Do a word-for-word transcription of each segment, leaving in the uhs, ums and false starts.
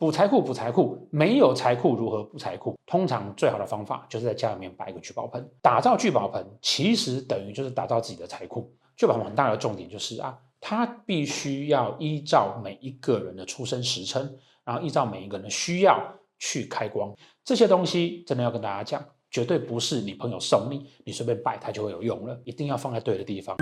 补财库，补财库，没有财库如何补财库？通常最好的方法就是在家里面摆一个聚宝盆。打造聚宝盆，其实等于就是打造自己的财库。聚宝盆很大的重点就是啊，它必须要依照每一个人的出生时辰，然后依照每一个人的需要去开光。这些东西真的要跟大家讲，绝对不是你朋友送你，你随便摆它就会有用了，一定要放在对的地方。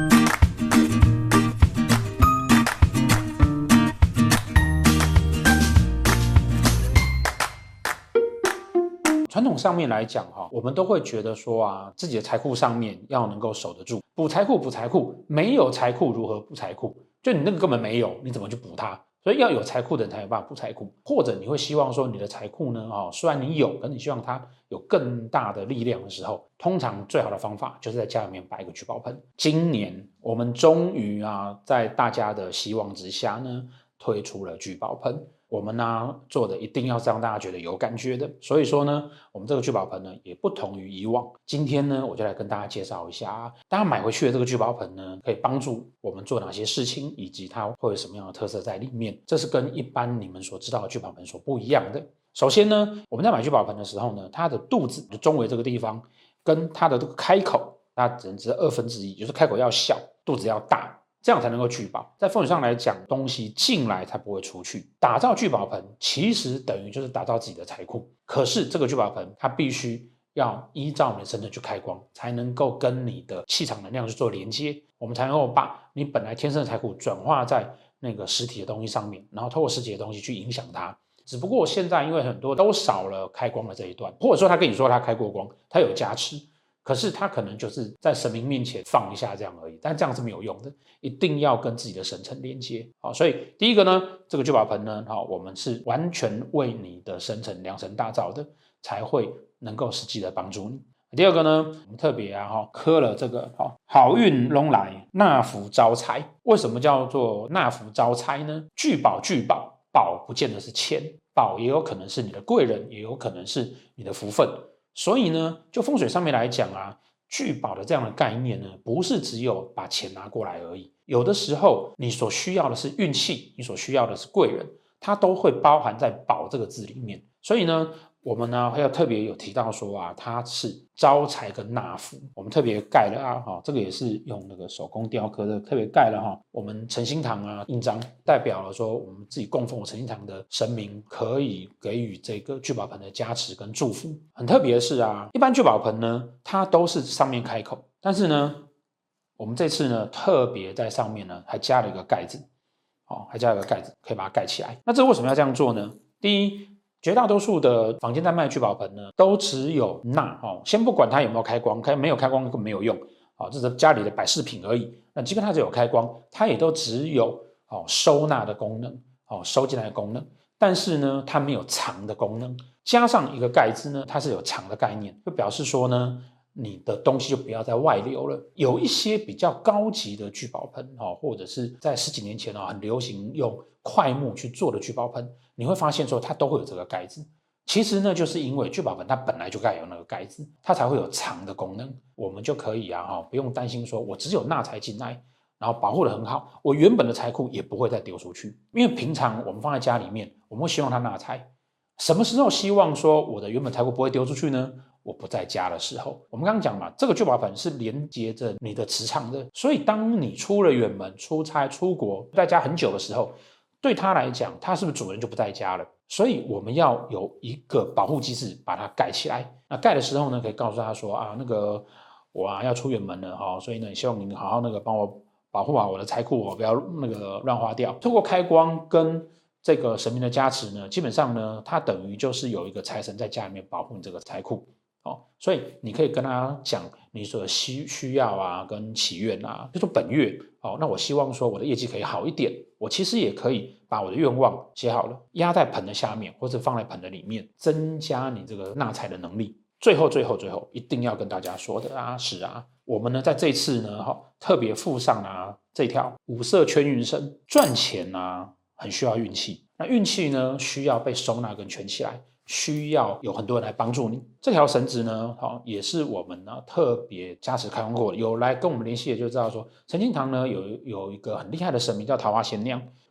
传统上面来讲哈，我们都会觉得说啊，自己的财库上面要能够守得住。补财库，补财库，没有财库如何补财库？就你那个根本没有，你怎么去补它？所以要有财库的人才有办法补财库。或者你会希望说你的财库呢，哦，虽然你有，可是你希望它有更大的力量的时候，通常最好的方法就是在家里面摆一个聚宝盆。今年我们终于啊，在大家的希望之下呢，推出了聚宝盆。我们呢做的一定要是让大家觉得有感觉的，所以说呢，我们这个聚宝盆呢也不同于以往。今天呢，我就来跟大家介绍一下，大家买回去的这个聚宝盆呢，可以帮助我们做哪些事情，以及它会有什么样的特色在里面。这是跟一般你们所知道的聚宝盆所不一样的。首先呢，我们在买聚宝盆的时候呢，它的肚子的中围这个地方，跟它的这个开口，它只能只是二分之一，就是开口要小，肚子要大。这样才能够聚宝。在风水上来讲，东西进来才不会出去。打造聚宝盆其实等于就是打造自己的财库。可是这个聚宝盆它必须要依照你的生辰去开光，才能够跟你的气场能量去做连接，我们才能够把你本来天生的财库转化在那个实体的东西上面，然后透过实体的东西去影响它。只不过现在因为很多都少了开光的这一段，或者说他跟你说他开过光，他有加持，可是他可能就是在神明面前放一下这样而已，但这样是没有用的，一定要跟自己的生辰连接。好，所以第一个呢，这个聚宝盆呢，好，我们是完全为你的生辰量身打造的，才会能够实际的帮助你。第二个呢，我们特别啊刻了这个好好运龙来，纳福招财。为什么叫做纳福招财呢？聚宝聚宝，宝不见得是钱，宝也有可能是你的贵人，也有可能是你的福分。所以呢，就风水上面来讲啊，聚宝的这样的概念呢，不是只有把钱拿过来而已。有的时候你所需要的是运气，你所需要的是贵人，它都会包含在宝这个字里面。所以呢，我们呢还要特别有提到说啊，它是招财跟纳福，我们特别盖了啊，哦、这个也是用那个手工雕刻的，特别盖了哈、哦，我们诚心堂啊印章，代表了说我们自己供奉诚心堂的神明可以给予这个聚宝盆的加持跟祝福。很特别的是啊，一般聚宝盆呢，它都是上面开口，但是呢，我们这次呢特别在上面呢还加了一个盖子，哦，还加了一个盖子，可以把它盖起来。那这为什么要这样做呢？第一，绝大多数的坊间在卖聚宝盆呢，都只有纳哦，先不管它有没有开光，开没有开光根本没有用，哦，这是家里的摆饰品而已。那即便它只有开光，它也都只有哦收纳的功能，哦收进来的功能，但是呢，它没有藏的功能。加上一个盖字呢，它是有藏的概念，就表示说呢，你的东西就不要再外流了。有一些比较高级的聚宝盆哦，或者是在十几年前哦很流行用块木去做的聚宝盆，你会发现说它都会有这个盖子。其实呢，就是因为聚宝盆它本来就该有那个盖子，它才会有藏的功能，我们就可以啊哈，不用担心说我只有纳财进来，然后保护得很好，我原本的财库也不会再丢出去。因为平常我们放在家里面，我们会希望它纳财。什么时候希望说我的原本财库不会丢出去呢？我不在家的时候。我们刚刚讲嘛，这个聚宝盆是连接着你的磁场的，所以当你出了远门、出差、出国，在家很久的时候，对他来讲，他是不是主人就不在家了？所以我们要有一个保护机制，把它盖起来。那盖的时候呢，可以告诉他说啊，那个我啊要出远门了哈，所以呢，希望您好好那个帮我保护好我的财库，我不要那个乱花掉。通过开光跟这个神明的加持呢，基本上呢，它等于就是有一个财神在家里面保护你这个财库。哦，所以你可以跟他讲你所需需要啊，跟祈愿啊，就说本月哦，那我希望说我的业绩可以好一点，我其实也可以把我的愿望写好了，压在盆的下面，或者放在盆的里面，增加你这个纳财的能力。最后，最后，最后，一定要跟大家说的啊，是啊，我们呢在这次呢，哈、哦，特别附上啊这条五色圈运绳，赚钱啊很需要运气，那运气呢需要被收纳跟圈起来。需要有很多人来帮助你。这条绳子呢，哦、也是我们呢特别加持开光过的。有来跟我们联系的就知道说，诚心堂呢有有一个很厉害的神明叫桃花仙娘，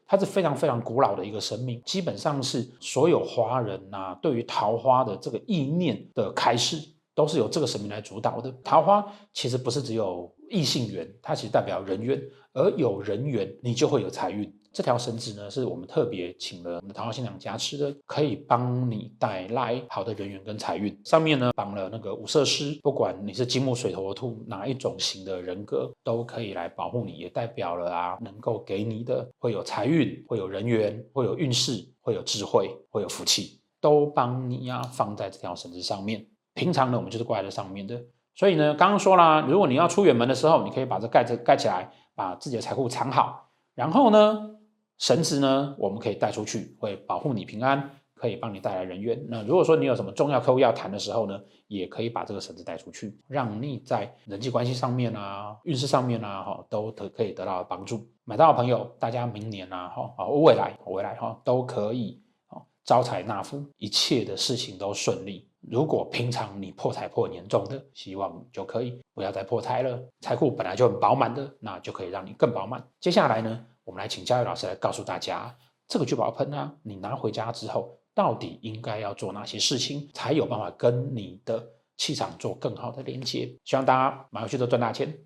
它是非常非常古老的一个生命，基本上是所有华人啊对于桃花的这个意念的开始，都是由这个神明来主导的。桃花其实不是只有异性缘，它其实代表人缘，而有人缘你就会有财运。这条绳子呢，是我们特别请了桃花新娘加持的，可以帮你带来好的人缘跟财运。上面呢绑了那个五色狮，不管你是金木水火土哪一种型的人格，都可以来保护你，也代表了啊，能够给你的会有财运，会有人缘，会有运势，会有智慧，会有福气，都帮你啊放在这条绳子上面。平常呢，我们就是挂在上面的。所以呢，刚刚说啦，如果你要出远门的时候，你可以把这盖着盖起来，把自己的财库藏好。然后呢，绳子呢，我们可以带出去，会保护你平安，可以帮你带来人缘。那如果说你有什么重要客户要谈的时候呢，也可以把这个绳子带出去，让你在人际关系上面啊、运势上面啊，都可以得到帮助。买到的朋友，大家明年啊，未来未来都可以招财纳福，一切的事情都顺利。如果平常你破财破很严重的，希望就可以不要再破财了。财库本来就很饱满的，那就可以让你更饱满。接下来呢，我们来请嘉玉老师来告诉大家，这个聚宝盆啊，你拿回家之后，到底应该要做哪些事情，才有办法跟你的气场做更好的连接。希望大家买回去都赚大钱。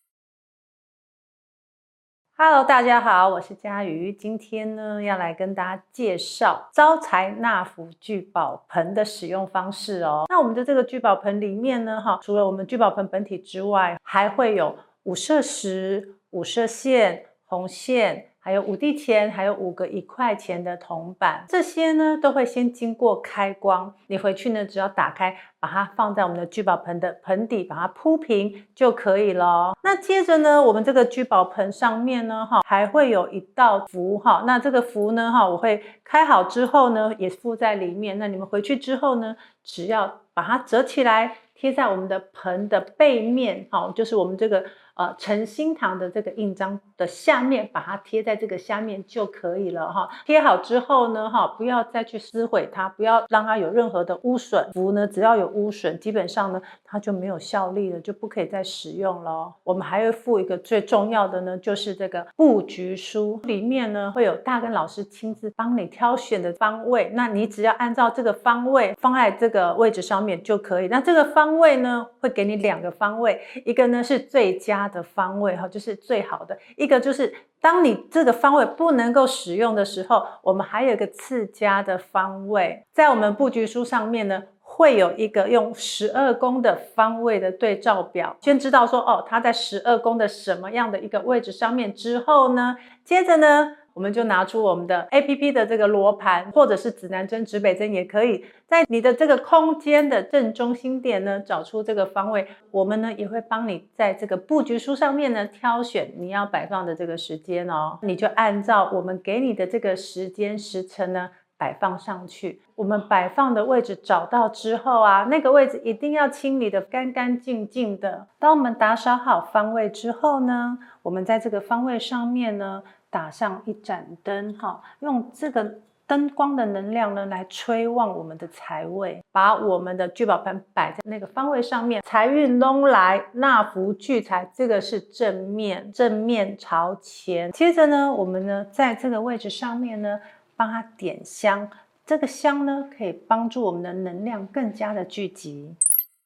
Hello， 大家好，我是嘉瑜。今天呢，要来跟大家介绍招财纳福聚宝盆的使用方式哦。那我们的这个聚宝盆里面呢，哈，除了我们聚宝盆本体之外，还会有五色石、五色线、红线，还有五帝钱，还有五个一块钱的铜板，这些呢都会先经过开光。你回去呢，只要打开，把它放在我们的聚宝盆的盆底，把它铺平就可以了。那接着呢，我们这个聚宝盆上面呢，哈，还会有一道符哈。那这个符呢，哈，我会开好之后呢，也附在里面。那你们回去之后呢，只要把它折起来，贴在我们的盆的背面，哈，就是我们这个呃诚心堂的这个印章的下面，把它贴在这个下面就可以了哈。贴好之后呢，哈，不要再去撕毁它，不要让它有任何的污损。符呢，只要有污损，基本上呢，它就没有效力了，就不可以再使用了。我们还会附一个最重要的呢，就是这个布局书，里面呢会有大根老师亲自帮你挑选的方位，那你只要按照这个方位放在这个位置上面就可以。那这个方位呢，会给你两个方位，一个呢是最佳的方位哈，就是最好的；一个就是当你这个方位不能够使用的时候，我们还有一个次佳的方位。在我们布局书上面呢，会有一个用十二宫的方位的对照表，先知道说哦，它在十二宫的什么样的一个位置上面之后呢，接着呢，我们就拿出我们的 A P P 的这个罗盘，或者是指南针、指北针也可以，在你的这个空间的正中心点呢，找出这个方位。我们呢也会帮你在这个布局书上面呢挑选你要摆放的这个时间哦，你就按照我们给你的这个时间时辰呢摆放上去。我们摆放的位置找到之后啊，那个位置一定要清理的干干净净的。当我们打扫好方位之后呢，我们在这个方位上面呢打上一盏灯，用这个灯光的能量呢来催旺我们的财位，把我们的聚宝盆摆在那个方位上面，财运拢来，纳福聚财，这个是正面，正面朝前。接着呢，我们呢在这个位置上面呢帮它点香，这个香呢可以帮助我们的能量更加的聚集。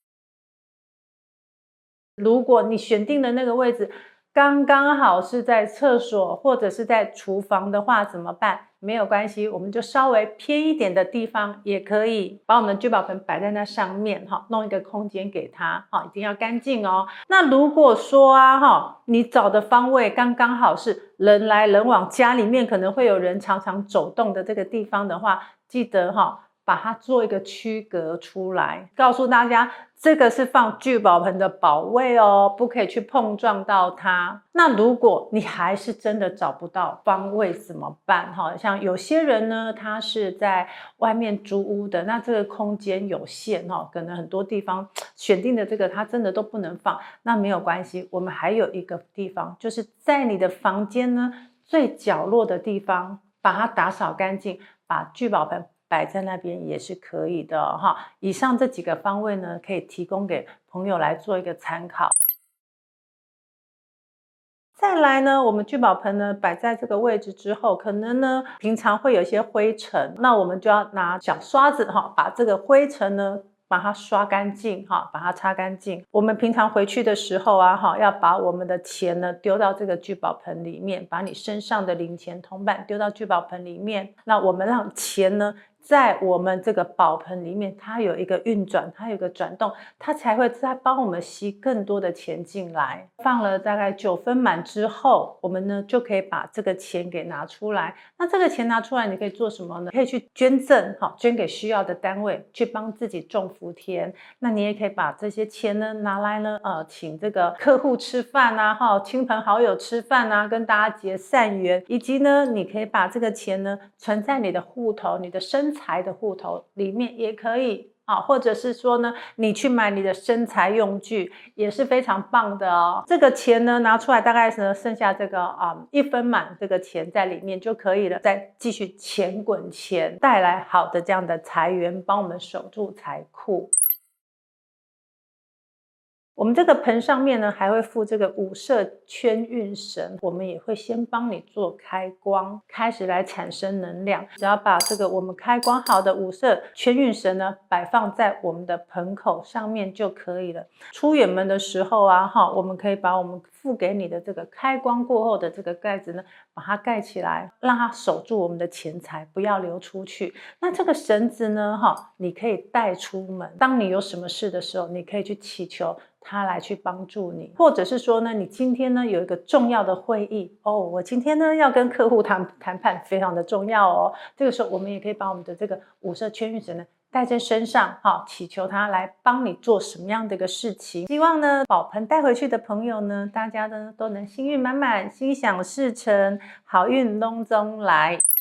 如果你选定的那个位置刚刚好是在厕所或者是在厨房的话怎么办？没有关系，我们就稍微偏一点的地方也可以把我们的聚宝盆摆在那上面，弄一个空间给它，一定要干净哦。那如果说啊，你找的方位刚刚好是人来人往，家里面可能会有人常常走动的这个地方的话，记得把它做一个区隔出来，告诉大家这个是放聚宝盆的宝位哦，不可以去碰撞到它。那如果你还是真的找不到方位怎么办？像有些人呢，他是在外面租屋的，那这个空间有限，可能很多地方选定的这个他真的都不能放，那没有关系，我们还有一个地方，就是在你的房间呢最角落的地方，把它打扫干净，把聚宝盆摆在那边也是可以的哈。以上这几个方位呢，可以提供给朋友来做一个参考。 再来呢，我们聚宝盆呢摆在这个位置之后，可能呢平常会有一些灰尘，那我们就要拿小刷子哈，把这个灰尘呢把它刷干净哈，把它擦干净。我们平常回去的时候啊哈，要把我们的钱呢丢到这个聚宝盆里面，把你身上的零钱铜板丢到聚宝盆里面。那我们让钱呢在我们这个宝盆里面，它有一个运转，它有一个转动，它才会再帮我们吸更多的钱进来。放了大概九分满之后，我们呢就可以把这个钱给拿出来。那这个钱拿出来，你可以做什么呢？可以去捐赠，好，捐给需要的单位，去帮自己种福田。那你也可以把这些钱呢拿来呢，呃，请这个客户吃饭啊，哈，亲朋好友吃饭啊，跟大家结善缘，以及呢，你可以把这个钱呢存在你的户头，你的生财的户头里面也可以啊，或者是说呢，你去买你的生财用具也是非常棒的哦。这个钱呢拿出来，大概是剩下这个啊一分满这个钱在里面就可以了，再继续钱滚钱，带来好的这样的财源，帮我们守住财库。我们这个盆上面呢，还会附这个五色圈运绳，我们也会先帮你做开光，开始来产生能量。只要把这个我们开光好的五色圈运绳呢，摆放在我们的盆口上面就可以了。出远门的时候啊，哈，我们可以把我们付给你的这个开光过后的这个盖子呢，把它盖起来，让它守住我们的钱财，不要流出去。那这个绳子呢，哈，你可以带出门，当你有什么事的时候，你可以去祈求他来去帮助你，或者是说呢，你今天呢有一个重要的会议哦，我今天呢要跟客户谈谈判，非常的重要哦。这个时候我们也可以把我们的这个五色圈运绳呢带在身上，好，祈求他来帮你做什么样的一个事情。希望呢宝盆带回去的朋友呢，大家呢都能幸运满满，心想事成，好运隆中来。